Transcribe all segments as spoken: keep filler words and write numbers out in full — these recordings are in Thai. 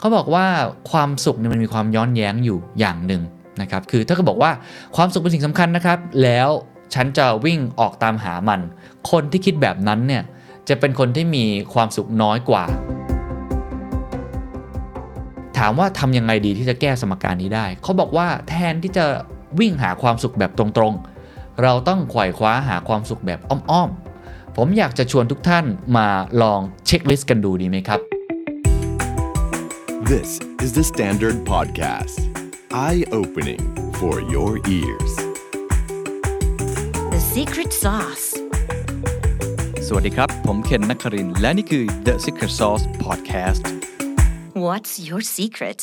เขาบอกว่าความสุขเนี่ยมันมีความย้อนแย้งอยู่อย่างหนึ่งนะครับคือถ้าเขาบอกว่าความสุขเป็นสิ่งสำคัญนะครับแล้วฉันจะวิ่งออกตามหามันคนที่คิดแบบนั้นเนี่ยจะเป็นคนที่มีความสุขน้อยกว่าถามว่าทำยังไงดีที่จะแก้สมการนี้ได้เขาบอกว่าแทนที่จะวิ่งหาความสุขแบบตรงๆเราต้องไขว่คว้าหาความสุขแบบอ้อมๆผมอยากจะชวนทุกท่านมาลองเช็คลิสต์กันดูดีไหมครับ This is the Standard Podcast Eye-opening for your ears The Secret Sauce สวัสดีครับผมเคนนักครินทร์และนี่คือ The Secret Sauce Podcast What's your secret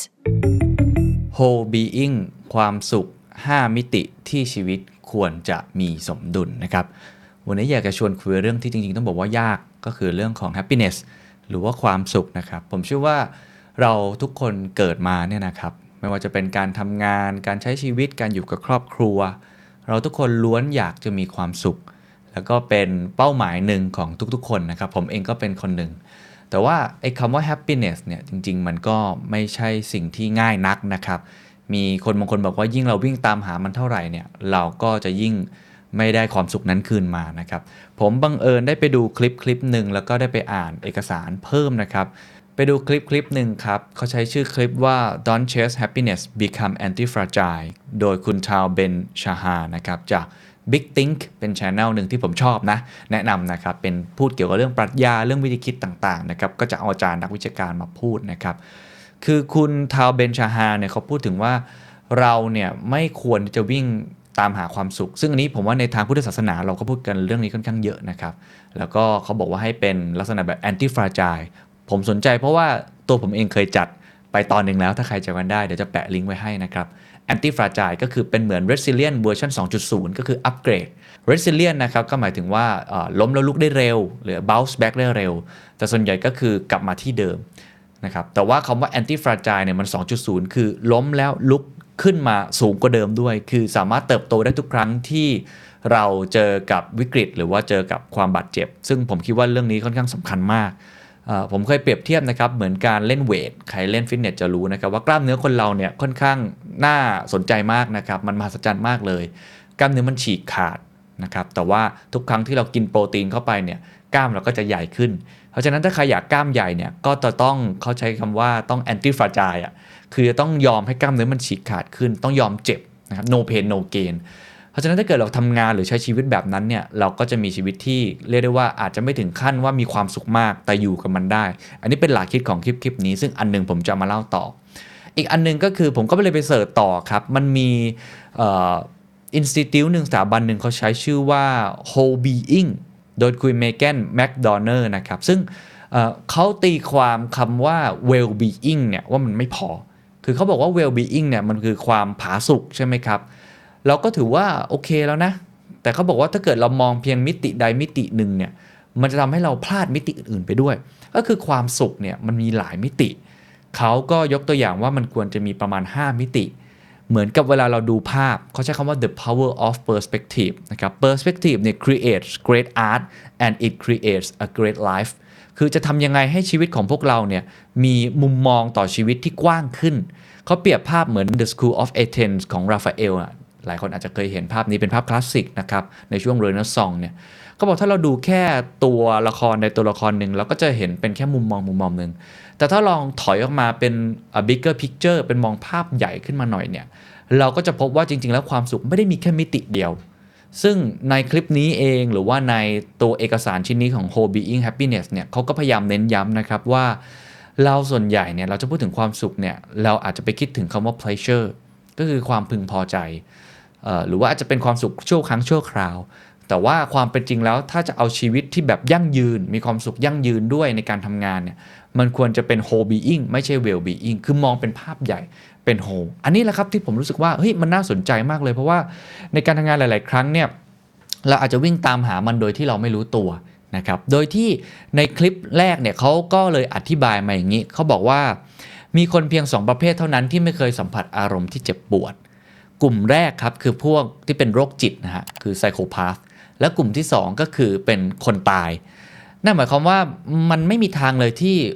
Whole being ความสุขห้ามิติที่ชีวิตควรจะมีสมดุลนะครับวันนี้อยากจะชวนคุยเรื่องที่จริงๆต้องบอกว่ายากก็คือเรื่องของ happiness หรือว่าความสุขนะครับผมเชื่อว่าเราทุกคนเกิดมาเนี่ยนะครับไม่ว่าจะเป็นการทำงานการใช้ชีวิตการอยู่กับครอบครัวเราทุกคนล้วนอยากจะมีความสุขแล้วก็เป็นเป้าหมายหนึ่งของทุกๆคนนะครับผมเองก็เป็นคนหนึ่งแต่ว่าไอ้คำว่า happiness เนี่ยจริงๆมันก็ไม่ใช่สิ่งที่ง่ายนักนะครับมีคนบางคนบอกว่ายิ่งเราวิ่งตามหามันเท่าไหร่เนี่ยเราก็จะยิ่งไม่ได้ความสุขนั้นคืนมานะครับผมบังเอิญได้ไปดูคลิปคลิปหนึ่งแล้วก็ได้ไปอ่านเอกสารเพิ่มนะครับไปดูคลิปคลิปหนึ่งครับเขาใช้ชื่อคลิปว่า Don't Chase Happiness Become Anti-Fragile โดยคุณชาวเบนชาฮานะครับจาก Big Think เป็น channel หนึ่งที่ผมชอบนะแนะนำนะครับเป็นพูดเกี่ยวกับเรื่องปรัชญาเรื่องวิธีคิดต่างๆนะครับก็จะเอาอาจารย์นักวิชาการมาพูดนะครับคือคุณทาวเบนชาฮาเนี่ยเขาพูดถึงว่าเราเนี่ยไม่ควรจะวิ่งตามหาความสุขซึ่งอันนี้ผมว่าในทางพุทธศาสนาเราก็พูดกันเรื่องนี้ค่อนข้างเยอะนะครับแล้วก็เขาบอกว่าให้เป็นลักษณะแบบ anti-fragile ผมสนใจเพราะว่าตัวผมเองเคยจัดไปตอนหนึ่งแล้วถ้าใครจำกันได้เดี๋ยวจะแปะลิงก์ไว้ให้นะครับ anti-fragile ก็คือเป็นเหมือน resilient version สองจุดศูนย์ ก็คือ upgrade resilient นะครับก็หมายถึงว่าล้มแล้วลุกได้เร็วหรือ bounce back ได้เร็วแต่ส่วนใหญ่ก็คือกลับมาที่เดิมนะครับแต่ว่าคำว่า anti-fragile เนี่ยมัน สองจุดศูนย์ คือล้มแล้วลุกขึ้นมาสูงกว่าเดิมด้วยคือสามารถเติบโตได้ทุกครั้งที่เราเจอกับวิกฤตหรือว่าเจอกับความบาดเจ็บซึ่งผมคิดว่าเรื่องนี้ค่อนข้างสำคัญมากผมเคยเปรียบเทียบนะครับเหมือนการเล่นเวทใครเล่นฟิตเนสจะรู้นะครับว่ากล้ามเนื้อคนเราเนี่ยค่อนข้างน่าสนใจมากนะครับมันมหัศจรรย์มากเลยกล้ามเนื้อมันฉีกขาดนะครับแต่ว่าทุกครั้งที่เรากินโปรตีนเข้าไปเนี่ยกล้ามเราก็จะใหญ่ขึ้นเพราะฉะนั้นถ้าใครอยากกล้ามใหญ่เนี่ยก็จะต้องเขาใช้คำว่าต้อง anti fragile อ่ะคือจะต้องยอมให้กล้ามเนื้อมันฉีกขาดขึ้นต้องยอมเจ็บนะครับ no pain no gain เพราะฉะนั้นถ้าเกิดเราทำงานหรือใช้ชีวิตแบบนั้นเนี่ยเราก็จะมีชีวิตที่เรียกได้ว่าอาจจะไม่ถึงขั้นว่ามีความสุขมากแต่อยู่กับมันได้อันนี้เป็นหลักคิดของคลิปคลิปนี้ซึ่งอันนึงผมจะมาเล่าต่ออีกอันนึงก็คือผมก็ไปเลยไปเสิร์ชต่อครับมันมีเอ่อ institute หนึ่งสถาบันหนึ่งเขาใช้ชื่อว่า Whole Being โดยคุณเมแกนแมคโดนัลด์นะครับซึ่ง เอ่อ เขาตีความคำว่า well being เนี่ยว่ามันไม่พอคือเขาบอกว่า well being เนี่ยมันคือความผาสุกใช่ไหมครับเราก็ถือว่าโอเคแล้วนะแต่เขาบอกว่าถ้าเกิดเรามองเพียงมิติใดมิติหนึ่งเนี่ยมันจะทำให้เราพลาดมิติอื่นๆไปด้วยก็คือความสุขเนี่ยมันมีหลายมิติเขาก็ยกตัวอย่างว่ามันควรจะมีประมาณห้ามิติเหมือนกับเวลาเราดูภาพเขาใช้คำว่า the power of perspective นะครับ perspective เนี่ย creates great art and it creates a great life คือจะทำยังไงให้ชีวิตของพวกเราเนี่ยมีมุมมองต่อชีวิตที่กว้างขึ้นเขาเปรียบภาพเหมือน The School of Athens ของราฟาเอลอ่ะหลายคนอาจจะเคยเห็นภาพนี้เป็นภาพคลาสสิกนะครับในช่วงเรเนซองส์เนี่ยเขาบอกถ้าเราดูแค่ตัวละครในตัวละครหนึ่งเราก็จะเห็นเป็นแค่มุมมองมุมมองนึงแต่ถ้าลองถอยออกมาเป็น a bigger picture เป็นมองภาพใหญ่ขึ้นมาหน่อยเนี่ยเราก็จะพบว่าจริงๆแล้วความสุขไม่ได้มีแค่มิติเดียวซึ่งในคลิปนี้เองหรือว่าในตัวเอกสารชิ้นนี้ของ Whole Being Happiness เนี่ยเขาก็พยายามเน้นย้ำนะครับว่าเราส่วนใหญ่เนี่ยเราจะพูดถึงความสุขเนี่ยเราอาจจะไปคิดถึงคำว่า pleasure ก็คือความพึงพอใจหรือว่าอาจจะเป็นความสุขชั่วครั้งชั่วคราวแต่ว่าความเป็นจริงแล้วถ้าจะเอาชีวิตที่แบบยั่งยืนมีความสุขยั่งยืนด้วยในการทำงานเนี่ยมันควรจะเป็น whole being ไม่ใช่ well being คือมองเป็นภาพใหญ่เป็น whole อันนี้แหละครับที่ผมรู้สึกว่าเฮ้ยมันน่าสนใจมากเลยเพราะว่าในการทำงานหลายๆครั้งเนี่ยเราอาจจะวิ่งตามหามันโดยที่เราไม่รู้ตัวนะครับโดยที่ในคลิปแรกเนี่ยเขาก็เลยอธิบายมาอย่างนี้เขาบอกว่ามีคนเพียงสองประเภทเท่านั้นที่ไม่เคยสัมผัสอารมณ์ที่เจ็บปวดกลุ่มแรกครับคือพวกที่เป็นโรคจิตนะฮะคือไซโคพาธและกลุ่มที่สองก็คือเป็นคนตายนั่นหมายความว่ามันไม่มีทางเลยที่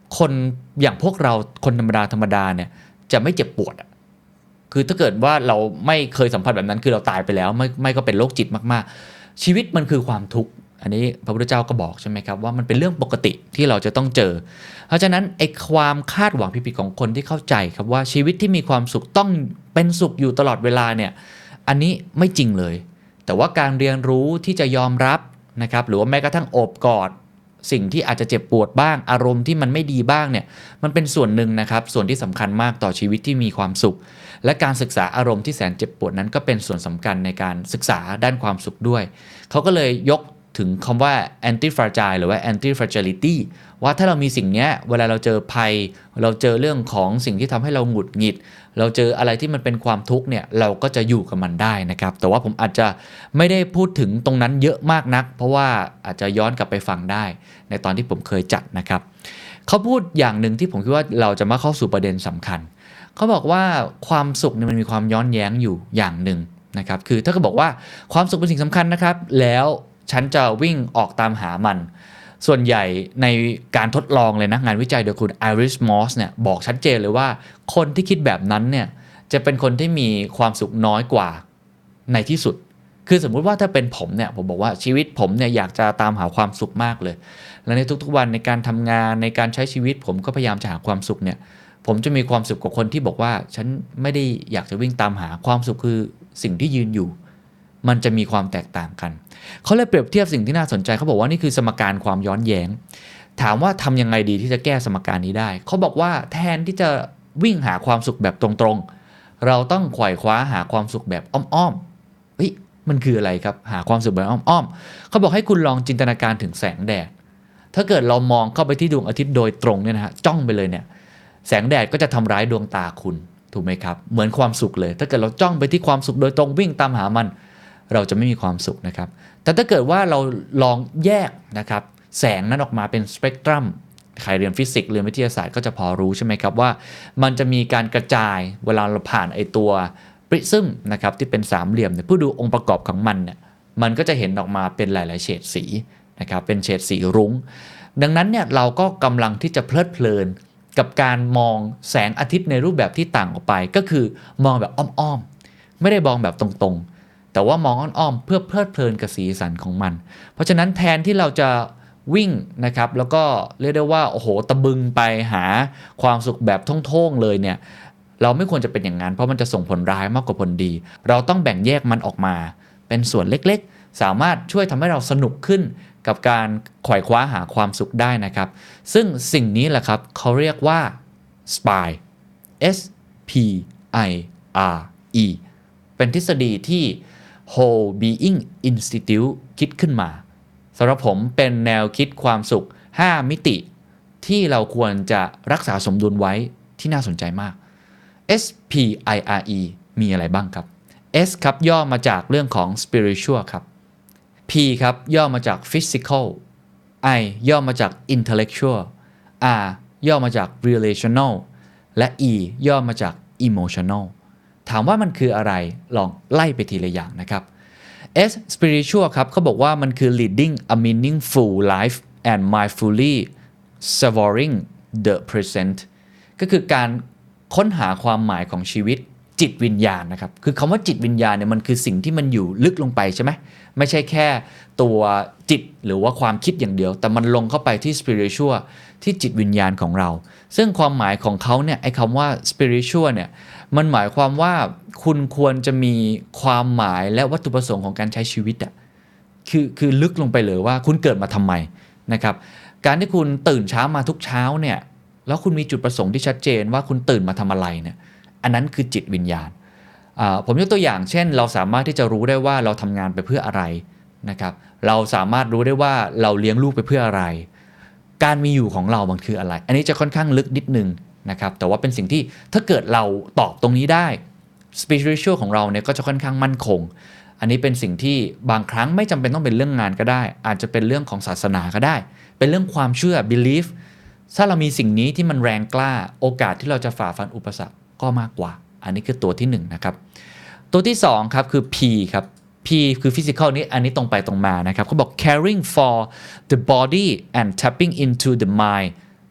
คนอย่างพวกเราคนธรรมดาธรรมดาเนี่ยจะไม่เจ็บปวดอ่ะคือถ้าเกิดว่าเราไม่เคยสัมผัสแบบนั้นคือเราตายไปแล้วไม่ไม่ก็เป็นโรคจิตมากๆชีวิตมันคือความทุกข์อันนี้พระพุทธเจ้าก็บอกใช่ไหมครับว่ามันเป็นเรื่องปกติที่เราจะต้องเจอเพราะฉะนั้นไอ้ความคาดหวังผิดๆของคนที่เข้าใจครับว่าชีวิตที่มีความสุขต้องเป็นสุขอยู่ตลอดเวลาเนี่ยอันนี้ไม่จริงเลยแต่ว่าการเรียนรู้ที่จะยอมรับนะครับหรือว่าแม้กระทั่งโอบกอดสิ่งที่อาจจะเจ็บปวดบ้างอารมณ์ที่มันไม่ดีบ้างเนี่ยมันเป็นส่วนหนึ่งนะครับส่วนที่สำคัญมากต่อชีวิตที่มีความสุขและการศึกษาอารมณ์ที่แสนเจ็บปวดนั้นก็เป็นส่วนสำคัญในการศึกษาด้านความสุขด้วยเขาก็เลยยกถึงคำว่า anti fragile หรือว่า anti fragility ว่าถ้าเรามีสิ่งนี้เวลาเราเจอภัยเราเจอเรื่องของสิ่งที่ทำให้เราหงุดหงิดเราเจออะไรที่มันเป็นความทุกข์เนี่ยเราก็จะอยู่กับมันได้นะครับแต่ว่าผมอาจจะไม่ได้พูดถึงตรงนั้นเยอะมากนักเพราะว่าอาจจะย้อนกลับไปฟังได้ในตอนที่ผมเคยจัดนะครับเขาพูดอย่างหนึ่งที่ผมคิดว่าเราจะมาเข้าสู่ประเด็นสำคัญเขาบอกว่าความสุขเนี่ยมันมีความย้อนแย้งอยู่อย่างหนึ่งนะครับคือถ้าเขาบอกว่าความสุขเป็นสิ่งสำคัญนะครับแล้วฉันจะวิ่งออกตามหามันส่วนใหญ่ในการทดลองเลยนะงานวิจัยโดยคุณไอริสมอสเนี่ยบอกชัดเจนเลยว่าคนที่คิดแบบนั้นเนี่ยจะเป็นคนที่มีความสุขน้อยกว่าในที่สุดคือสมมุติว่าถ้าเป็นผมเนี่ยผมบอกว่าชีวิตผมเนี่ยอยากจะตามหาความสุขมากเลยและในทุกๆวันในการทำงานในการใช้ชีวิตผมก็พยายามจะหาความสุขเนี่ยผมจะมีความสุขกว่าคนที่บอกว่าฉันไม่ได้อยากจะวิ่งตามหาความสุขคือสิ่งที่ยืนอยู่มันจะมีความแตกต่างกันเขาเลยเปรียบเทียบสิ่งที่น่าสนใจเขาบอกว่านี่คือสมการความย้อนแย้งถามว่าทำยังไงดีที่จะแก้สมการนี้ได้เขาบอกว่าแทนที่จะวิ่งหาความสุขแบบตรงๆเราต้องไขว่คว้าหาความสุขแบบอ้อมๆเฮ้ยมันคืออะไรครับหาความสุขแบบอ้อมๆเขาบอกให้คุณลองจินตนาการถึงแสงแดดถ้าเกิดเรามองเข้าไปที่ดวงอาทิตย์โดยตรงเนี่ยนะฮะจ้องไปเลยเนี่ยแสงแดดก็จะทำร้ายดวงตาคุณถูกไหมครับเหมือนความสุขเลยถ้าเกิดเราจ้องไปที่ความสุขโดยตรงวิ่งตามหามันเราจะไม่มีความสุขนะครับแต่ถ้าเกิดว่าเราลองแยกนะครับแสงนั้นออกมาเป็นสเปกตรัมใครเรียนฟิสิกส์เรียนวิทยาศาสตร์ก็จะพอรู้ใช่ไหมครับว่ามันจะมีการกระจายเวลาเราผ่านไอตัวปริซึมนะครับที่เป็นสามเหลี่ยมเนี่ยผู้ดูองค์ประกอบของมันเนี่ยมันก็จะเห็นออกมาเป็นหลายๆเฉดสีนะครับเป็นเฉดสีรุ้งดังนั้นเนี่ยเราก็กำลังที่จะเพลิดเพลินกับการมองแสงอาทิตย์ในรูปแบบที่ต่างออกไปก็คือมองแบบอ้อมๆไม่ได้มองแบบตรงๆแต่ว่ามองอ้อมๆเพื่อเพลิดเพลินกับสีสันของมันเพราะฉะนั้นแทนที่เราจะวิ่งนะครับแล้วก็เรียกได้ว่าโอ้โหตะบึงไปหาความสุขแบบท่งๆเลยเนี่ยเราไม่ควรจะเป็นอย่างนั้นเพราะมันจะส่งผลร้ายมากกว่าผลดีเราต้องแบ่งแยกมันออกมาเป็นส่วนเล็กๆสามารถช่วยทำให้เราสนุกขึ้นกับการไขว่คว้าหาความสุขได้นะครับซึ่งสิ่งนี้แหละครับเขาเรียกว่า สปาย S P I R E เป็นทฤษฎีที่ Whole Being Institute คิดขึ้นมาสำหรับผมเป็นแนวคิดความสุขห้ามิติที่เราควรจะรักษาสมดุลไว้ที่น่าสนใจมาก S P I R E มีอะไรบ้างครับ S ครับย่อมาจากเรื่องของ spiritual ครับ P ครับย่อมาจาก physical I ย่อมาจาก intellectual R ย่อมาจาก relational และ E ย่อมาจาก emotional ถามว่ามันคืออะไรลองไล่ไปทีละอย่างนะครับ S spiritual ครับเขาบอกว่ามันคือ leading a meaningful life and mindfully savoring the present ก็คือการค้นหาความหมายของชีวิตจิตวิญญาณนะครับคือคำว่าจิตวิญญาณเนี่ยมันคือสิ่งที่มันอยู่ลึกลงไปใช่ไหมไม่ใช่แค่ตัวจิตหรือว่าความคิดอย่างเดียวแต่มันลงเข้าไปที่ spiritual ที่จิตวิญญาณของเราซึ่งความหมายของเขาเนี่ยไอ้คำว่า spiritual เนี่ยมันหมายความว่าคุณควรจะมีความหมายและวัตถุประสงค์ของการใช้ชีวิตอ่ะคือคือลึกลงไปเลยว่าคุณเกิดมาทำไมนะครับการที่คุณตื่นเช้ามาทุกเช้าเนี่ยแล้วคุณมีจุดประสงค์ที่ชัดเจนว่าคุณตื่นมาทำอะไรเนี่ยอันนั้นคือจิตวิญญาณผมยกตัวอย่างเช่นเราสามารถที่จะรู้ได้ว่าเราทำงานไปเพื่ออะไรนะครับเราสามารถรู้ได้ว่าเราเลี้ยงลูกไปเพื่ออะไรการมีอยู่ของเรามันคืออะไรอันนี้จะค่อนข้างลึกนิดนึงนะครับแต่ว่าเป็นสิ่งที่ถ้าเกิดเราตอบตรงนี้ได้ spiritual ของเราเนี่ยก็จะค่อนข้างมั่นคงอันนี้เป็นสิ่งที่บางครั้งไม่จำเป็นต้องเป็นเรื่องงานก็ได้อาจจะเป็นเรื่องของศาสนาก็ได้เป็นเรื่องความเชื่อ belief ถ้าเรามีสิ่งนี้ที่มันแรงกล้าโอกาสที่เราจะฝ่าฟันอุปสรรคก็มากกว่าอันนี้คือตัวที่หนึ่งนะครับตัวที่สองครับคือ P ครับ P คือ physical นี้อันนี้ตรงไปตรงมานะครับเขาบอก caring for the body and tapping into the mind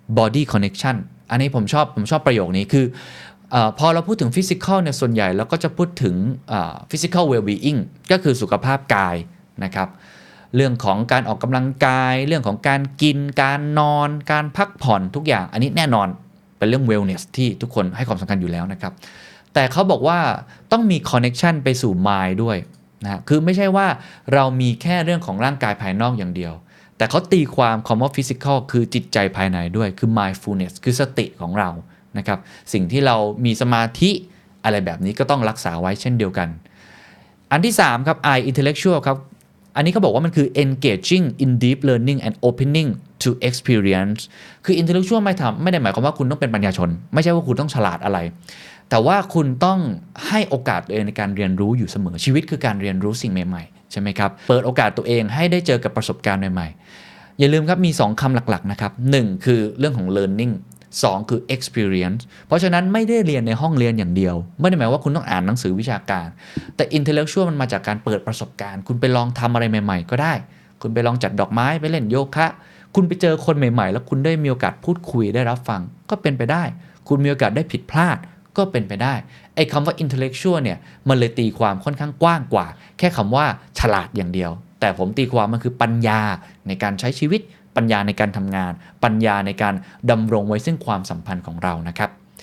body connection อันนี้ผมชอบผมชอบประโยคนี้คือเอ่อพอเราพูดถึง physical เนี่ยส่วนใหญ่เราก็จะพูดถึงเอ่อ physical well-being ก็คือสุขภาพกายนะครับเรื่องของการออกกำลังกายเรื่องของการกินการนอนการพักผ่อนทุกอย่างอันนี้แน่นอนเป็นเรื่อง wellness ที่ทุกคนให้ความสำคัญอยู่แล้วนะครับแต่เขาบอกว่าต้องมี connection ไปสู่ mind ด้วยนะคือไม่ใช่ว่าเรามีแค่เรื่องของร่างกายภายนอกอย่างเดียวแต่เขาตีความคำว่า physical คือจิตใจภายในด้วยคือ mindfulness คือสติของเรานะครับสิ่งที่เรามีสมาธิอะไรแบบนี้ก็ต้องรักษาไว้เช่นเดียวกันอันที่สามครับ I intellectual ครับอันนี้เขาบอกว่ามันคือ engaging in deep learning and opening to experience คือ intellectual ไม่ทำไม่ได้หมายความว่าคุณต้องเป็นปัญญาชนไม่ใช่ว่าคุณต้องฉลาดอะไรแต่ว่าคุณต้องให้โอกาสตัวเองในการเรียนรู้อยู่เสมอชีวิตคือการเรียนรู้สิ่งใหม่ๆใช่ไหมครับเปิดโอกาสตัวเองให้ได้เจอกับประสบการณ์ใหม่ๆอย่าลืมครับมีสองคำหลักๆนะครับหนึ่งคือเรื่องของ learningสองคือ experience เพราะฉะนั้นไม่ได้เรียนในห้องเรียนอย่างเดียวไม่ได้หมายว่าคุณต้องอ่านหนังสือวิชาการแต่ intellectual มันมาจากการเปิดประสบการณ์คุณไปลองทำอะไรใหม่ๆก็ได้คุณไปลองจัดดอกไม้ไปเล่นโยคะคุณไปเจอคนใหม่ๆแล้วคุณได้มีโอกาสพูดคุยได้รับฟังก็เป็นไปได้คุณมีโอกาสได้ผิดพลาดก็เป็นไปได้ไอ้คำว่า intellectual เนี่ยมันเลยตีความค่อนข้างกว้างกว่าแค่คำว่าฉลาดอย่างเดียวแต่ผมตีความมันคือปัญญาในการใช้ชีวิตปัญญาในการทำงานปัญญาในการดำรงไว้ซึ่งความสัมพันธ์ของเรานะครับ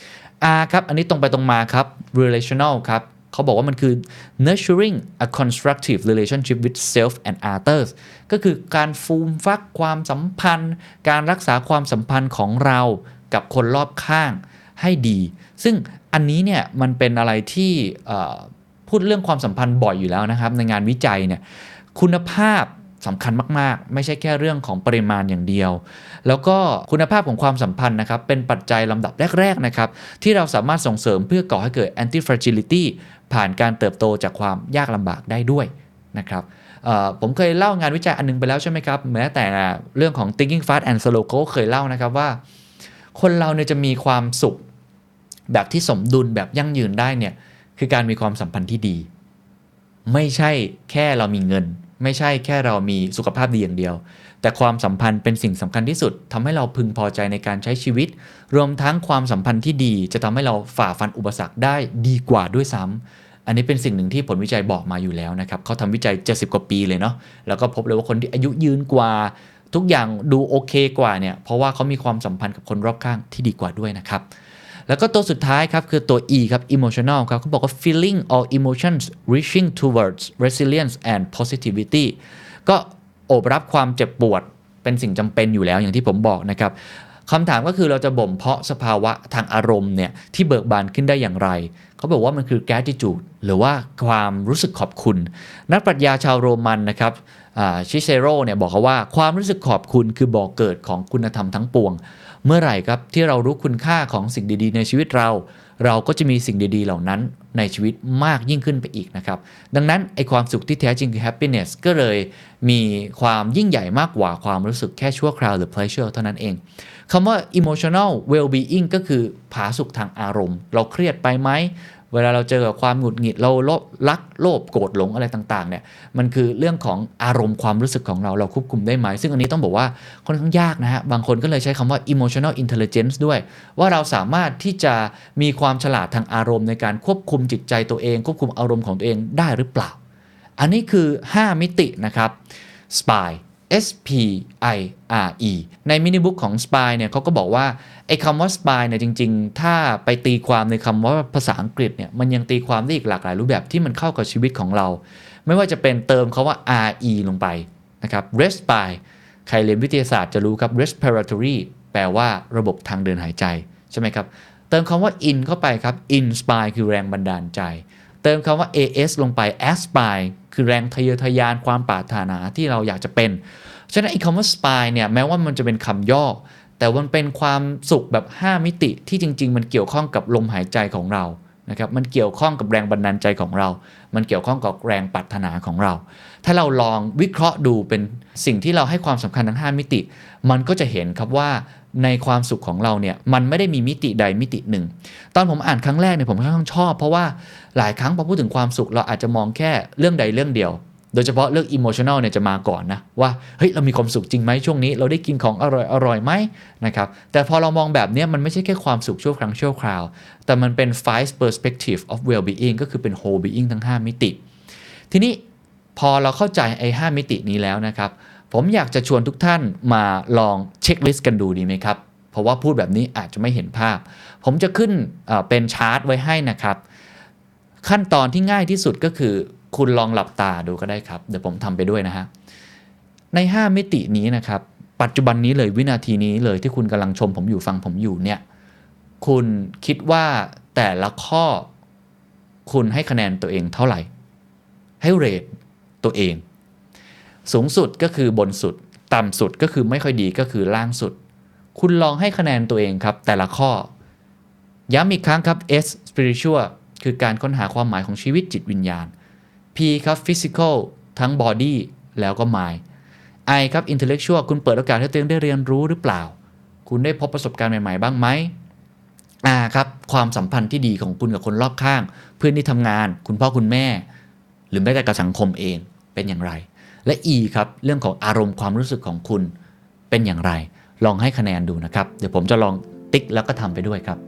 R ครับอันนี้ตรงไปตรงมาครับ relational ครับเขาบอกว่ามันคือ nurturing a constructive relationship with self and others ก็คือการฟูมฟักความสัมพันธ์การรักษาความสัมพันธ์ของเรากับคนรอบข้างให้ดีซึ่งอันนี้เนี่ยมันเป็นอะไรที่พูดเรื่องความสัมพันธ์บ่อยอยู่แล้วนะครับในงานวิจัยเนี่ยคุณภาพสำคัญมากๆไม่ใช่แค่เรื่องของปริมาณอย่างเดียวแล้วก็คุณภาพของความสัมพันธ์นะครับเป็นปัจจัยลำดับแรกๆนะครับที่เราสามารถส่งเสริมเพื่อก่อให้เกิด anti fragility ผ่านการเติบโตจากความยากลำบากได้ด้วยนะครับผมเคยเล่างานวิจัยอันนึงไปแล้วใช่ไหมครับแม้แต่เรื่องของ thinking fast and slow ก็เคยเล่านะครับว่าคนเราเนี่ยจะมีความสุขแบบที่สมดุลแบบยั่งยืนได้เนี่ยคือการมีความสัมพันธ์ที่ดีไม่ใช่แค่เรามีเงินไม่ใช่แค่เรามีสุขภาพดีอย่างเดียวแต่ความสัมพันธ์เป็นสิ่งสำคัญที่สุดทำให้เราพึงพอใจในการใช้ชีวิตรวมทั้งความสัมพันธ์ที่ดีจะทำให้เราฝ่าฟันอุปสรรคได้ดีกว่าด้วยซ้ำอันนี้เป็นสิ่งหนึ่งที่ผลวิจัยบอกมาอยู่แล้วนะครับเขาทำวิจัยเจ็ดสิบกว่าปีเลยเนาะแล้วก็พบเลยว่าคนที่อายุยืนกว่าทุกอย่างดูโอเคกว่าเนี่ยเพราะว่าเขามีความสัมพันธ์กับคนรอบข้างที่ดีกว่าด้วยนะครับแล้วก็ตัวสุดท้ายครับคือตัว E ครับ emotional ครับเขาบอกว่า feeling all emotions reaching towards resilience and positivity ก็โอบรับความเจ็บปวดเป็นสิ่งจำเป็นอยู่แล้วอย่างที่ผมบอกนะครับคำถามก็คือเราจะบ่มเพาะสภาวะทางอารมณ์เนี่ยที่เบิกบานขึ้นได้อย่างไรเขาบอกว่ามันคือ gratitude หรือว่าความรู้สึกขอบคุณนักปรัชญาชาวโรมันนะครับชิเซโร่เนี่ยบอกเขาว่าความรู้สึกขอบคุณคือบ่อเกิดของคุณธรรมทั้งปวงเมื่อไหร่ครับที่เรารู้คุณค่าของสิ่งดีๆในชีวิตเราเราก็จะมีสิ่งดีๆเหล่านั้นในชีวิตมากยิ่งขึ้นไปอีกนะครับดังนั้นไอความสุขที่แท้จริงคือ happiness ก็เลยมีความยิ่งใหญ่มากกว่าความรู้สึกแค่ชั่วคราวหรือ pleasure เท่านั้นเองคำว่า emotional well-being ก็คือผาสุกทางอารมณ์เราเครียดไปไหมเวลาเราเจอกับความหงุดหงิดเราโลภรักโลภโกรธหลงอะไรต่างๆเนี่ยมันคือเรื่องของอารมณ์ความรู้สึกของเราเราควบคุมได้ไหมซึ่งอันนี้ต้องบอกว่าค่อนข้างยากนะฮะบางคนก็เลยใช้คำว่า emotional intelligence ด้วยว่าเราสามารถที่จะมีความฉลาดทางอารมณ์ในการควบคุมจิตใจตัวเองควบคุมอารมณ์ของตัวเองได้หรือเปล่าอันนี้คือห้ามิตินะครับ สปาย S P I R E ในมินิบุ๊กของ Spy เนี่ยเขาก็บอกว่าไอ้คำว่า Spy เนี่ยจริงๆถ้าไปตีความในคำว่าภาษาอังกฤษเนี่ยมันยังตีความได้อีกหลากหลายรูปแบบที่มันเข้ากับชีวิตของเราไม่ว่าจะเป็นเติมคำว่า R E ลงไปนะครับ Respire ใครเรียนวิทยาศาสตร์จะรู้ครับ respiratory แปลว่าระบบทางเดินหายใจใช่ไหมครับเติมคำว่า in เข้าไปครับ inspire คือแรงบันดาลใจเติมคำว่า เอ เอส ลงไป aspire คือแรงทะเยอทะยานความปรารถนาที่เราอยากจะเป็นฉะนั้นไอ้คำว่า spire เนี่ยแม้ว่ามันจะเป็นคำย่อแต่มันเป็นความสุขแบบห้ามิติที่จริงๆมันเกี่ยวข้องกับลมหายใจของเรานะครับมันเกี่ยวข้องกับแรงบันดาลใจของเรามันเกี่ยวข้องกับแรงปรารถนาของเราถ้าเราลองวิเคราะห์ดูเป็นสิ่งที่เราให้ความสำคัญทั้งห้ามิติมันก็จะเห็นครับว่าในความสุขของเราเนี่ยมันไม่ได้มีมิติใดมิติหนึ่งตอนผมอ่านครั้งแรกเนี่ยผมค่อนข้างชอบเพราะว่าหลายครั้งพอพูดถึงความสุขเราอาจจะมองแค่เรื่องใดเรื่องเดียวโดยเฉพาะเรื่อง emotional เนี่ยจะมาก่อนนะว่าเฮ้ยเรามีความสุขจริงไหมช่วงนี้เราได้กินของอร่อยอร่อยไหมนะครับแต่พอเรามองแบบนี้มันไม่ใช่แค่ความสุขชั่วครั้งชั่วคราวแต่มันเป็น five perspective of well-being ก็คือเป็น whole being ทั้งห้ามิติทีนี้พอเราเข้าใจไอ้ห้ามิตินี้แล้วนะครับผมอยากจะชวนทุกท่านมาลองเช็คลิสต์กันดูดีไหมครับเพราะว่าพูดแบบนี้อาจจะไม่เห็นภาพผมจะขึ้นเป็นชาร์ตไว้ให้นะครับขั้นตอนที่ง่ายที่สุดก็คือคุณลองหลับตาดูก็ได้ครับเดี๋ยวผมทำไปด้วยนะฮะในห้ามิตินี้นะครับปัจจุบันนี้เลยวินาทีนี้เลยที่คุณกำลังชมผมอยู่ฟังผมอยู่เนี่ยคุณคิดว่าแต่ละข้อคุณให้คะแนนตัวเองเท่าไหร่ให้เรทตัวเองสูงสุดก็คือบนสุดต่ำสุดก็คือไม่ค่อยดีก็คือล่างสุดคุณลองให้คะแนนตัวเองครับแต่ละข้อย้ำอีกครั้งครับ S spiritual คือการค้นหาความหมายของชีวิตจิตวิญญาณ P ครับ physical ทั้ง body แล้วก็ mind I ครับ intellectual คุณเปิดโอกาสให้ตัวเองได้เรียนรู้หรือเปล่าคุณได้พบประสบการณ์ใหม่ๆบ้างไหม R ครับความสัมพันธ์ที่ดีของคุณกับคนรอบข้างเพื่อนที่ทำงานคุณพ่อคุณแม่หรือแม้แต่กับสังคมเองเป็นอย่างไรและ E ครับเรื่องของอารมณ์ความรู้สึกของคุณเป็นอย่างไรลองให้คะแนนดูนะครับเดี๋ยวผมจะลองติ๊กแล้วก็ทำไปด้วยครับ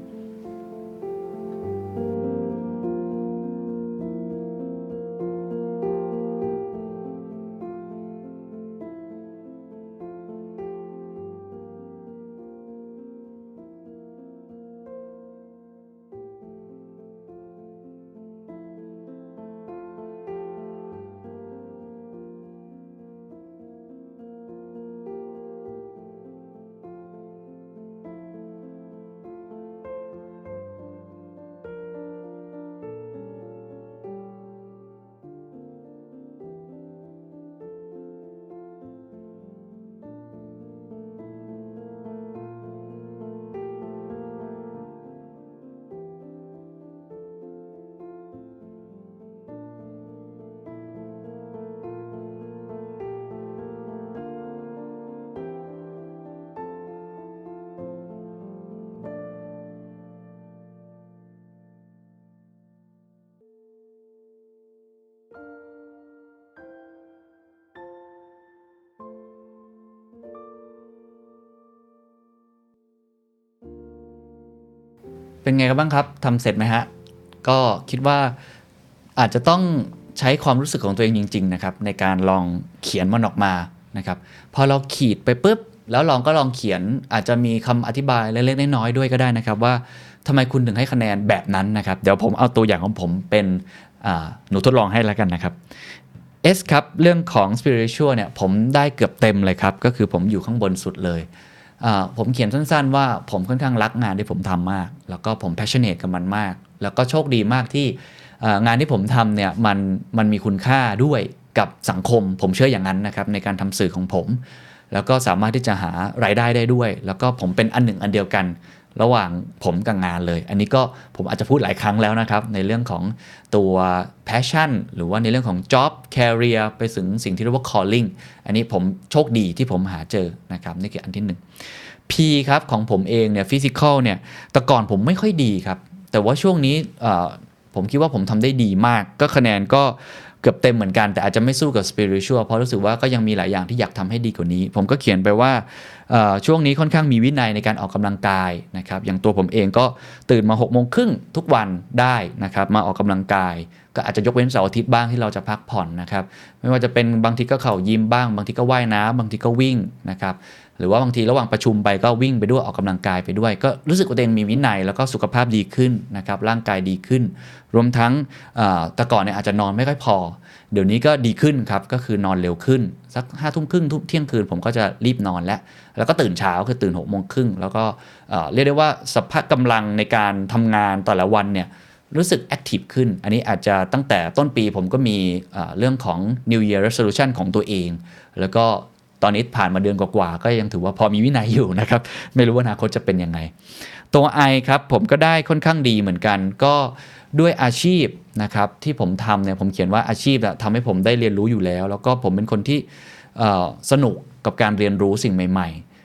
เป็นไงกันบ้างครับทำเสร็จไหมฮะก็คิดว่าอาจจะต้องใช้ความรู้สึกของตัวเองจริงๆนะครับในการลองเขียนมันออกมานะครับพอเราขีดไปปุ๊บแล้วลองก็ลองเขียนอาจจะมีคำอธิบายเล็กๆน้อยๆด้วยก็ได้นะครับว่าทำไมคุณถึงให้คะแนนแบบนั้นนะครับเดี๋ยวผมเอาตัวอย่างของผมเป็นหนูทดลองให้แล้วกันนะครับ S ครับเรื่องของ spiritual เนี่ยผมได้เกือบเต็มเลยครับก็คือผมอยู่ข้างบนสุดเลยผมเขียนสั้นๆว่าผมค่อนข้างรักงานที่ผมทำมากแล้วก็ผม passionate กับมันมากแล้วก็โชคดีมากที่งานที่ผมทำเนี่ยมันมันมีคุณค่าด้วยกับสังคมผมเชื่ออย่างนั้นนะครับในการทำสื่อของผมแล้วก็สามารถที่จะหารายได้ได้ด้วยแล้วก็ผมเป็นอันหนึ่งอันเดียวกันระหว่างผมกับงานเลยอันนี้ก็ผมอาจจะพูดหลายครั้งแล้วนะครับในเรื่องของตัว passion หรือว่าในเรื่องของ job career ไปถึงสิ่งที่เรียกว่า calling อันนี้ผมโชคดีที่ผมหาเจอนะครับนี่คืออันที่หนึ่ง P ครับของผมเองเนี่ย physical เนี่ยแต่ก่อนผมไม่ค่อยดีครับแต่ว่าช่วงนี้ผมคิดว่าผมทำได้ดีมากก็คะแนนก็เกือบเต็มเหมือนกันแต่อาจจะไม่สู้กับ spiritual เพราะรู้สึกว่าก็ยังมีหลายอย่างที่อยากทำให้ดีกว่านี้ผมก็เขียนไปว่าช่วงนี้ค่อนข้างมีวินัยในการออกกำลังกายนะครับอย่างตัวผมเองก็ตื่นมาหกโมงครึ่งทุกวันได้นะครับมาออกกำลังกายก็อาจจะยกเว้นเสาร์อาทิตย์บ้างที่เราจะพักผ่อนนะครับไม่ว่าจะเป็นบางทีก็เข้ายิมบ้างบางทีก็ว่ายน้ำบางทีก็วิ่งนะครับหรือว่าบางทีระหว่างประชุมไปก็วิ่งไปด้วยออกกำลังกายไปด้วยก็รู้สึกว่าตัวเองมีวินัยแล้วก็สุขภาพดีขึ้นนะครับร่างกายดีขึ้นรวมทั้งแต่ก่อนเนี่ยอาจจะนอนไม่ค่อยพอเดี๋ยวนี้ก็ดีขึ้นครับก็คือนอนเร็วขึ้นสักห้าทุ่มครึ่งทุกเที่ยงคืนผมก็จะรีบนอนแล้วแล้วก็ตื่นเช้าคือตื่นหกโมงครึ่งแล้วก็เรียกได้ว่าสภาพกำลังในการทำงานแต่ละวันเนี่ยรู้สึกแอคทีฟขึ้นอันนี้อาจจะตั้งแต่ต้นปีผมก็มีเรื่องของ New Year Resolution ของตัวเองแล้วก็ตอนนี้ผ่านมาเดือนกว่าๆก็ยังถือว่าพอมีวินัยอยู่นะครับไม่รู้ว่าอนาคตจะเป็นยังไงตัว I ครับผมก็ได้ค่อนข้างดีเหมือนกันก็ด้วยอาชีพนะครับที่ผมทำเนี่ยผมเขียนว่าอาชีพทำให้ผมได้เรียนรู้อยู่แล้วแล้วก็ผมเป็นคนที่สนุกกับการเรียนรู้สิ่งใหม่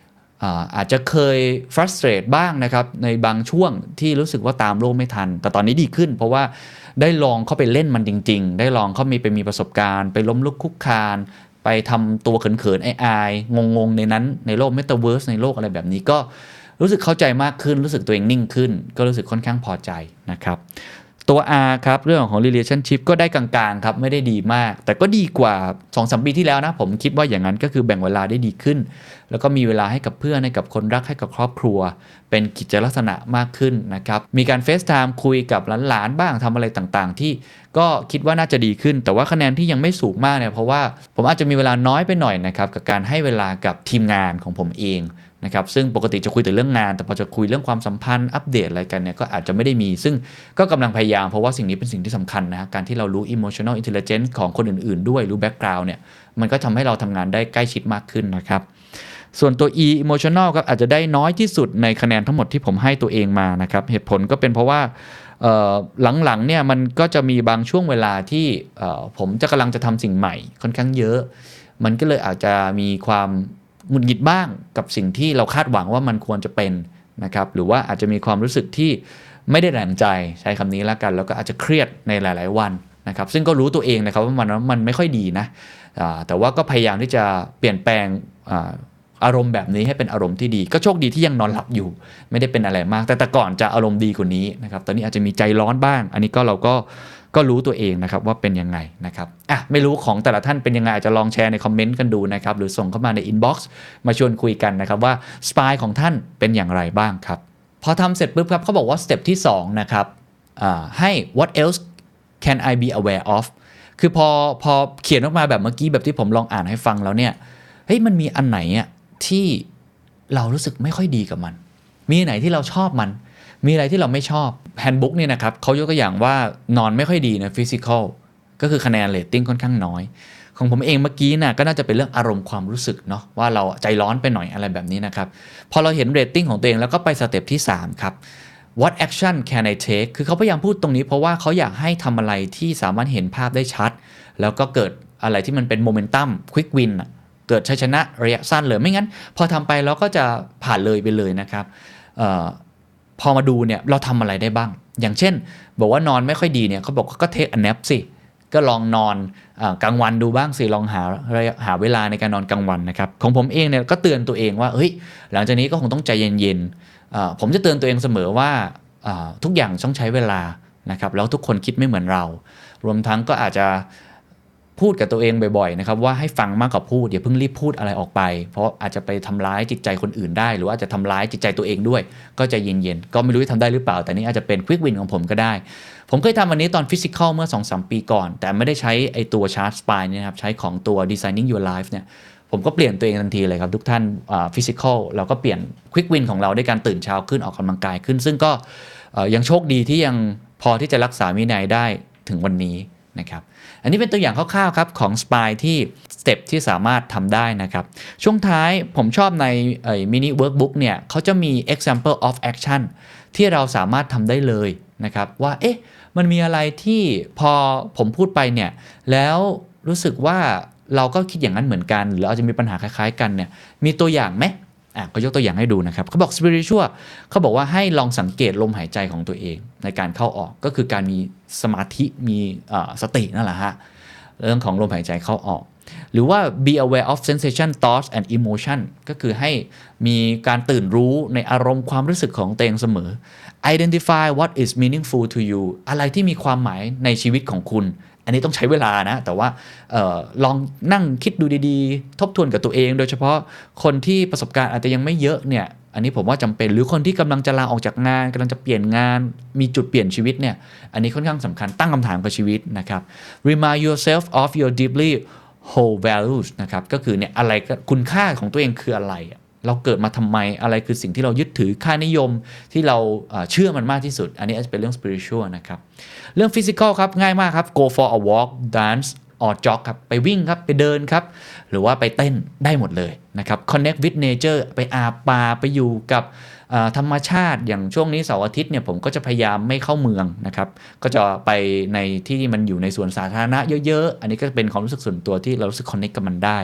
อาอาจจะเคย frustrate บ้างนะครับในบางช่วงที่รู้สึกว่าตามโลกไม่ทันแต่ตอนนี้ดีขึ้นเพราะว่าได้ลองเข้าไปเล่นมันจริงๆได้ลองเข้ามีไปมีประสบการณ์ไปล้มลุกคลุกคลานไปทำตัวเขินๆอายๆงงๆในนั้นในโลก Metaverse ในโลกอะไรแบบนี้ก็รู้สึกเข้าใจมากขึ้นรู้สึกตัวเองนิ่งขึ้นก็รู้สึกค่อนข้างพอใจนะครับตัว R ครับเรื่องของ relationship ก็ได้กลางๆครับไม่ได้ดีมากแต่ก็ดีกว่า สองถึงสาม ปีที่แล้วนะผมคิดว่าอย่างนั้นก็คือแบ่งเวลาได้ดีขึ้นแล้วก็มีเวลาให้กับเพื่อนให้กับคนรักให้กับครอบครัวเป็นกิจลักษณะมากขึ้นนะครับมีการ FaceTime คุยกับหลานๆบ้างทำอะไรต่างๆที่ก็คิดว่าน่าจะดีขึ้นแต่ว่าคะแนนที่ยังไม่สูงมากเนี่ยเพราะว่าผมอาจจะมีเวลาน้อยไปหน่อยนะครับกับการให้เวลากับทีมงานของผมเองนะครับซึ่งปกติจะคุยแต่เรื่องงานแต่พอจะคุยเรื่องความสัมพันธ์อัปเดตอะไรกันเนี่ยก็อาจจะไม่ได้มีซึ่งก็กำลังพยายามเพราะว่าสิ่งนี้เป็นสิ่งที่สำคัญนะการที่เรารู้ emotional intelligence ของคนอื่นๆด้วยรู้ background เนี่ยมันก็ทำให้เราทำงานได้ใกล้ชิดมากขึ้นนะครับส่วนตัว E emotional ครับอาจจะได้น้อยที่สุดในคะแนนทั้งหมดที่ผมให้ตัวเองมานะครับเหตุผลก็เป็นเพราะว่าหลังๆเนี่ยมันก็จะมีบางช่วงเวลาที่ผมจะกำลังจะทำสิ่งใหม่ค่อนข้างเยอะมันก็เลยอาจจะมีความหงุดหงิดบ้างกับสิ่งที่เราคาดหวังว่ามันควรจะเป็นนะครับหรือว่าอาจจะมีความรู้สึกที่ไม่ได้แรงใจใช้คำนี้แล้วกันแล้วก็อาจจะเครียดในหลายๆวันนะครับซึ่งก็รู้ตัวเองนะครับว่ามันมันไม่ค่อยดีนะแต่ว่าก็พยายามที่จะเปลี่ยนแปลงอารมณ์แบบนี้ให้เป็นอารมณ์ที่ดีก็โชคดีที่ยังนอนหลับอยู่ไม่ได้เป็นอะไรมากแต่แต่ก่อนจะอารมณ์ดีกว่านี้นะครับตอนนี้อาจจะมีใจร้อนบ้างอันนี้ก็เราก็ก็รู้ตัวเองนะครับว่าเป็นยังไงนะครับอ่ะไม่รู้ของแต่ละท่านเป็นยังไงอาจจะลองแชร์ในคอมเมนต์กันดูนะครับหรือส่งเข้ามาในอินบ็อกซ์มาชวนคุยกันนะครับว่าสปายของท่านเป็นอย่างไรบ้างครับพอทำเสร็จปุ๊บครับเขาบอกว่าสเต็ปที่สองนะครับให้ what else can I be aware of คือพอพอเขียนออกมาแบบเมื่อกี้แบบที่ผมลองอ่านให้ฟังแล้วเนี่ยเฮ้ยมันมีอันไหนอ่ะที่เรารู้สึกไม่ค่อยดีกับมันมีไหนที่เราชอบมันมีอะไรที่เราไม่ชอบแฮนด์บุ๊กเนี่ยนะครับเขายกตัวอย่างว่านอนไม่ค่อยดีนะฟิสิกอลก็คือคะแนนเรตติ้งค่อนข้างน้อยของผมเองเมื่อกี้นะก็น่าจะเป็นเรื่องอารมณ์ความรู้สึกเนาะว่าเราใจร้อนไปหน่อยอะไรแบบนี้นะครับพอเราเห็นเรตติ้งของตัวเองแล้วก็ไปสเต็ปที่สามครับ what action can I take คือเขาพยายามพูดตรงนี้เพราะว่าเขาอยากให้ทำอะไรที่สามารถเห็นภาพได้ชัดแล้วก็เกิดอะไรที่มันเป็นโมเมนตัมควิกวินเกิดชัยชนะระยะสั้นเลยไม่งั้นพอทำไปเราก็จะผ่านเลยไปเลยนะครับพอมาดูเนี่ยเราทำอะไรได้บ้างอย่างเช่นบอกว่านอนไม่ค่อยดีเนี่ยเขาบอกก็เทคอันแนปสิก็ลองนอนกลางวันดูบ้างสิลองหาหาเวลาในการนอนกลางวันนะครับของผมเองเนี่ยก็เตือนตัวเองว่าเฮ้ยหลังจากนี้ก็คงต้องใจเย็นๆผมจะเตือนตัวเองเสมอว่าทุกอย่างต้องใช้เวลานะครับแล้วทุกคนคิดไม่เหมือนเรารวมทั้งก็อาจจะพูดกับตัวเองบ่อยๆนะครับว่าให้ฟังมากกว่าพูดอย่าเพิ่งรีบพูดอะไรออกไปเพราะอาจจะไปทำร้ายจิตใจคนอื่นได้หรือว่าอาจจะทำร้ายจิตใจตัวเองด้วยก็ใจเย็นๆก็ไม่รู้จะทำได้หรือเปล่าแต่นี่อาจจะเป็นควิกวินของผมก็ได้ผมเคยทำอันนี้ตอนฟิสิกอลเมื่อ สองถึงสาม ปีก่อนแต่ไม่ได้ใช้ไอตัวชาร์ตสปายนี่นะครับใช้ของตัว Designing Your Life เนี่ยผมก็เปลี่ยนตัวเองทันทีเลยครับทุกท่านฟิสิกอลเราก็เปลี่ยนควิกวินของเราด้วยการตื่นเช้าขึ้นออกกำลังกายขึ้นซึ่งก็ยังโชคดีที่ยังพอที่จะรักษาวินัยได้ถึงวันนี้นะครับอันนี้เป็นตัวอย่างคร่าวๆครับของสปายที่สเต็ปที่สามารถทำได้นะครับช่วงท้ายผมชอบในมินิเวิร์กบุ๊กเนี่ยเขาจะมี example of action ที่เราสามารถทำได้เลยนะครับว่าเอ๊ะมันมีอะไรที่พอผมพูดไปเนี่ยแล้วรู้สึกว่าเราก็คิดอย่างนั้นเหมือนกันหรืออาจจะมีปัญหาคล้ายๆกันเนี่ยมีตัวอย่างไหมอ่ะก็ยกตัวอย่างให้ดูนะครับเขาบอก spiritual เขาบอกว่าให้ลองสังเกตลมหายใจของตัวเองในการเข้าออกก็คือการมีสมาธิมีสตินั่นแหละฮะเรื่องของลมหายใจเข้าออกหรือว่า be aware of sensation thoughts and emotion ก็คือให้มีการตื่นรู้ในอารมณ์ความรู้สึกของตัวเองเสมอ identify what is meaningful to you อะไรที่มีความหมายในชีวิตของคุณอันนี้ต้องใช้เวลานะแต่ว่าเอ่อลองนั่งคิดดูดีๆทบทวนกับตัวเองโดยเฉพาะคนที่ประสบการณ์อาจจะยังไม่เยอะเนี่ยอันนี้ผมว่าจำเป็นหรือคนที่กำลังจะลาออกจากงานกำลังจะเปลี่ยนงานมีจุดเปลี่ยนชีวิตเนี่ยอันนี้ค่อนข้างสำคัญตั้งคำถามกับชีวิตนะครับ remind yourself of your deeply hold values นะครับก็คือเนี่ยอะไรคุณค่าของตัวเองคืออะไรเราเกิดมาทำไมอะไรคือสิ่งที่เรายึดถือค่านิยมที่เราเชื่อมันมากที่สุดอันนี้อาจจะเป็นเรื่อง spiritual นะครับเรื่อง physical ครับง่ายมากครับ go for a walk dance or jog ครับไปวิ่งครับไปเดินครับหรือว่าไปเต้นได้หมดเลยนะครับ connect with nature ไปอาบป่าไปอยู่กับธรรมชาติอย่างช่วงนี้เสาร์อาทิตย์เนี่ยผมก็จะพยายามไม่เข้าเมืองนะครับก็จะไปในที่ที่มันอยู่ในสวนสาธารณะเยอะๆอันนี้ก็เป็นความรู้สึกส่วนตัวที่เรารู้สึก connect กับมันได้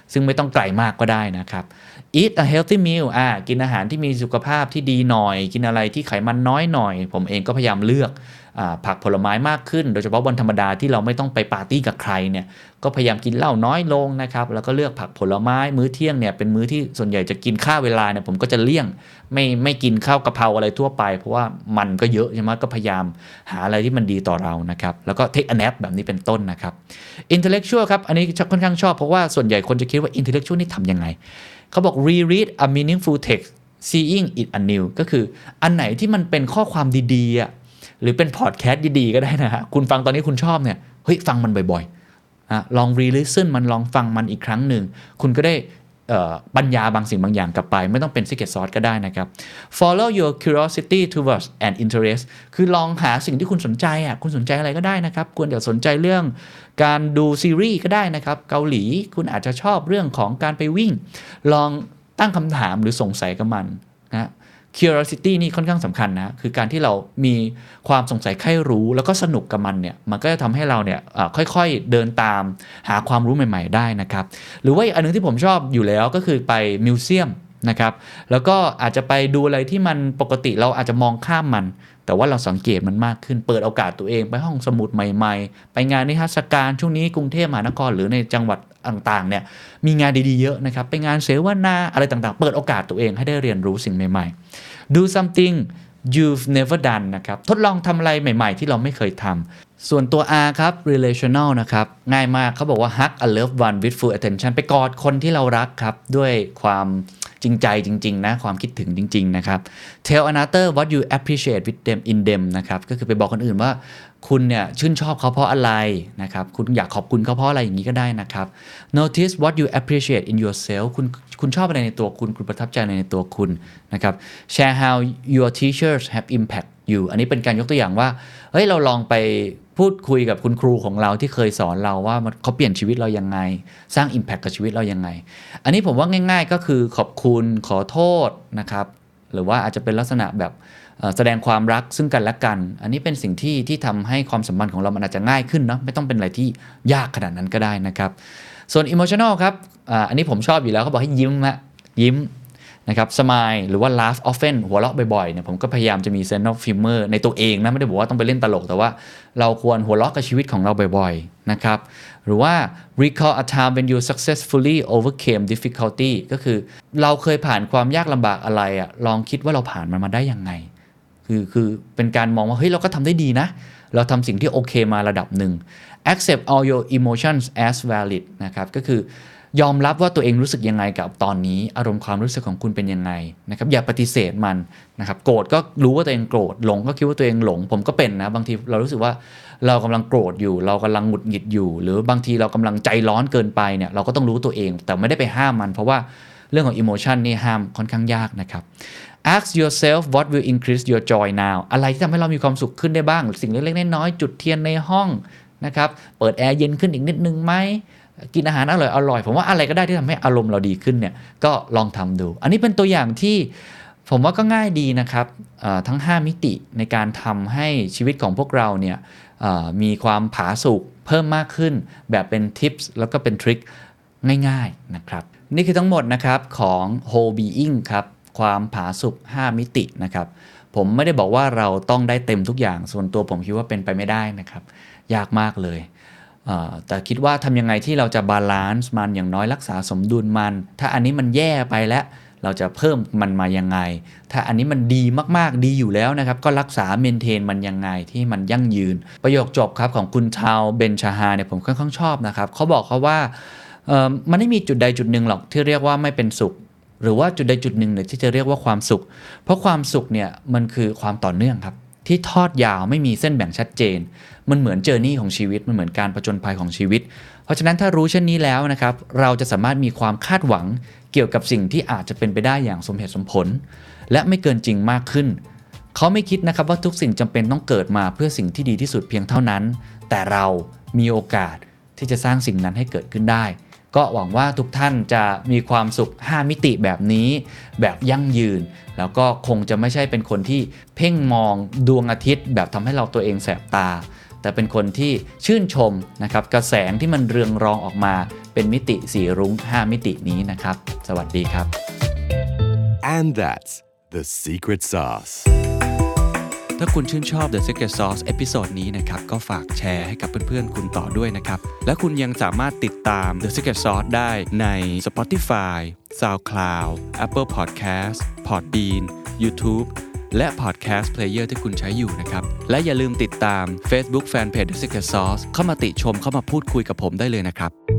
ซึ่งไม่ต้องไกลมากก็ได้นะครับ eat a healthy meal อ่ากินอาหารที่มีสุขภาพที่ดีหน่อยกินอะไรที่ไขมันน้อยหน่อยผมเองก็พยายามเลือกผักผลไม้มากขึ้นโดยเฉพาะวันธรรมดาที่เราไม่ต้องไปปาร์ตี้กับใครเนี่ยก็พยายามกินเหล้าน้อยลงนะครับแล้วก็เลือกผักผลไม้มื้อเที่ยงเนี่ยเป็นมื้อที่ส่วนใหญ่จะกินข้าวเวลาเนี่ยผมก็จะเลี่ยงไม่ไม่กินข้าวกะเพราอะไรทั่วไปเพราะว่ามันก็เยอะใช่ไหมก็พยายามหาอะไรที่มันดีต่อเรานะครับแล้วก็ take a nap แบบนี้เป็นต้นนะครับ intellectual ครับอันนี้ค่อนข้างชอบเพราะว่าส่วนใหญ่คนจะคิดว่า intellectual นี่ทำยังไงเขาบอก reread a meaningful text seeing it anew ก็คืออันไหนที่มันเป็นข้อความดีๆอ่ะหรือเป็นพอดแคสต์ดีๆก็ได้นะฮะคุณฟังตอนนี้คุณชอบเนี่ยเฮ้ยฟังมันบ่อยๆอ่ะลอง re-listen มันลองฟังมันอีกครั้งหนึ่งคุณก็ได้ปัญญาบางสิ่งบางอย่างกลับไปไม่ต้องเป็น secret sauce ก็ได้นะครับ follow your curiosity towards an interest คือลองหาสิ่งที่คุณสนใจอ่ะคุณสนใจอะไรก็ได้นะครับควรจะสนใจเรื่องการดูซีรีส์ก็ได้นะครับเกาหลีคุณอาจจะชอบเรื่องของการไปวิ่งลองตั้งคำถามหรือสงสัยกับมันนะ curiosity นี่ค่อนข้างสำคัญนะคือการที่เรามีความสงสัยใคร่รู้แล้วก็สนุกกับมันเนี่ยมันก็จะทำให้เราเนี่ยค่อยๆเดินตามหาความรู้ใหม่ๆได้นะครับหรือว่าอีกอันนึงที่ผมชอบอยู่แล้วก็คือไปมิวเซียมนะครับแล้วก็อาจจะไปดูอะไรที่มันปกติเราอาจจะมองข้ามมันแต่ว่าเราสังเกตมันมากขึ้นเปิดโอกาสตัวเองไปห้องสมุดใหม่ๆไปงานนิทรรศการช่วงนี้กรุงเทพมหานครหรือในจังหวัดต่างๆเนี่ยมีงานดีๆเยอะนะครับไปงานเสวนาอะไรต่างๆเปิดโอกาสตัวเองให้ได้เรียนรู้สิ่งใหม่ๆ do something you've never done นะครับทดลองทำอะไรใหม่ๆที่เราไม่เคยทำส่วนตัว R ครับ relational นะครับง่ายมากเขาบอกว่า hug a loved one with full attention ไปกอดคนที่เรารักครับด้วยความจริงใจจริงๆนะความคิดถึงจริงๆนะครับ tell another what you appreciate with them in them นะครับก็คือไปบอกคนอื่นว่าคุณเนี่ยชื่นชอบเขาเพราะอะไรนะครับคุณอยากขอบคุณเขาเพราะอะไรอย่างนี้ก็ได้นะครับ notice what you appreciate in yourself คุณคุณชอบอะไรในตัวคุณคุณประทับใจอะไรในตัวคุณนะครับ share how your teachers have impact you อันนี้เป็นการยกตัวอย่างว่าเฮ้ยเราลองไปพูดคุยกับคุณครูของเราที่เคยสอนเราว่าเขาเปลี่ยนชีวิตเรายังไงสร้าง impact กับชีวิตเรายังไงอันนี้ผมว่าง่ายๆก็คือขอบคุณขอโทษนะครับหรือว่าอาจจะเป็นลักษณะแบบแสดงความรักซึ่งกันและกันอันนี้เป็นสิ่งที่ที่ทำให้ความสัมพันธ์ของเรามันอาจจะง่ายขึ้นเนาะไม่ต้องเป็นอะไรที่ยากขนาดนั้นก็ได้นะครับส่วน emotional ครับอันนี้ผมชอบอยู่แล้วเขาบอกให้ยิ้มฮะยิ้มนะครับ smile หรือว่า laugh often หัวเราะบ่อยๆเนี่ยผมก็พยายามจะมี sense of humor ในตัวเองนะไม่ได้บอกว่าต้องไปเล่นตลกแต่ว่าเราควรหัวเราะกับชีวิตของเราบ่อยๆนะครับหรือว่า recall a time when you successfully overcame difficulty ก็คือเราเคยผ่านความยากลำบากอะไรอะลองคิดว่าเราผ่านมันมาได้ยังไงคือคือเป็นการมองว่าเฮ้ยเราก็ทำได้ดีนะเราทำสิ่งที่โอเคมาระดับหนึ่ง accept all your emotions as valid นะครับก็คือยอมรับว่าตัวเองรู้สึกยังไงกับตอนนี้อารมณ์ความรู้สึกของคุณเป็นยังไงนะครับอย่าปฏิเสธมันนะครับโกรธก็รู้ว่าตัวเองโกรธหลงก็คิดว่าตัวเองหลงผมก็เป็นนะบางทีเรารู้สึกว่าเรากำลังโกรธอยู่เรากำลังหงุดหงิดอยู่หรือบางทีเรากำลังใจร้อนเกินไปเนี่ยเราก็ต้องรู้ตัวเองแต่ไม่ได้ไปห้ามมันเพราะว่าเรื่องของ emotion นี่ห้ามค่อนข้างยากนะครับ ask yourself what will increase your joy now อะไรที่ทำให้เรามีความสุขขึ้นได้บ้างสิ่งเล็กๆน้อยๆจุดเทียนในห้องนะครับเปิดแอร์เย็นขึ้นอีกนิดนึงไหมกินอาหารอร่อยอร่อยผมว่าอะไรก็ได้ที่ทำให้อารมณ์เราดีขึ้นเนี่ยก็ลองทำดูอันนี้เป็นตัวอย่างที่ผมว่าก็ง่ายดีนะครับทั้งห้ามิติในการทำให้ชีวิตของพวกเราเนี่ยมีความผาสุกเพิ่มมากขึ้นแบบเป็นทิปส์แล้วก็เป็นทริคง่ายๆนะครับนี่คือทั้งหมดนะครับของ whole being ครับความผาสุกห้ามิตินะครับผมไม่ได้บอกว่าเราต้องได้เต็มทุกอย่างส่วนตัวผมคิดว่าเป็นไปไม่ได้นะครับยากมากเลยแต่คิดว่าทำยังไงที่เราจะบาลานซ์มันอย่างน้อยรักษาสมดุลมันถ้าอันนี้มันแย่ไปแล้วเราจะเพิ่มมันมายังไงถ้าอันนี้มันดีมากๆดีอยู่แล้วนะครับก็รักษาเมนเทนมันยังไงที่มันยั่งยืนประโยคจบครับของคุณทาวเบนชาฮาเนี่ยผมค่อนข้างชอบนะครับเขาบอกเขาว่ามันไม่มีจุดใดจุดหนึ่งหรอกที่เรียกว่าไม่เป็นสุขหรือว่าจุดใดจุดหนึ่งเนี่ยที่จะเรียกว่าความสุขเพราะความสุขเนี่ยมันคือความต่อเนื่องครับที่ทอดยาวไม่มีเส้นแบ่งชัดเจนมันเหมือนเจอร์นี่ของชีวิตมันเหมือนการผจญภัยของชีวิตเพราะฉะนั้นถ้ารู้เช่นนี้แล้วนะครับเราจะสามารถมีความคาดหวังเกี่ยวกับสิ่งที่อาจจะเป็นไปได้อย่างสมเหตุสมผลและไม่เกินจริงมากขึ้นเขาไม่คิดนะครับว่าทุกสิ่งจำเป็นต้องเกิดมาเพื่อสิ่งที่ดีที่สุดเพียงเท่านั้นแต่เรามีโอกาสที่จะสร้างสิ่งนั้นให้เกิดขึ้นได้ก็หวังว่าทุกท่านจะมีความสุขห้ามิติแบบนี้แบบยั่งยืนแล้วก็คงจะไม่ใช่เป็นคนที่เพ่งมองดวงอาทิตย์แบบทำให้เราตัวเองแสบตาแต่เป็นคนที่ชื่นชมนะครับกระแสงที่มันเรืองรองออกมาเป็นมิติสีรุ้งห้ามิตินี้นะครับสวัสดีครับ And that's the secret sauce. ถ้าคุณชื่นชอบ The Secret Sauce เอพิโซดนี้นะครับก็ฝากแชร์ให้กับเพื่อนๆคุณต่อด้วยนะครับและคุณยังสามารถติดตาม The Secret Sauce ได้ใน Spotify, SoundCloud, Apple Podcast, Podbean, YouTube และ Podcast Player ที่คุณใช้อยู่นะครับและอย่าลืมติดตาม Facebook Fanpage The Secret Sauce เข้ามาติชมเข้ามาพูดคุยกับผมได้เลยนะครับ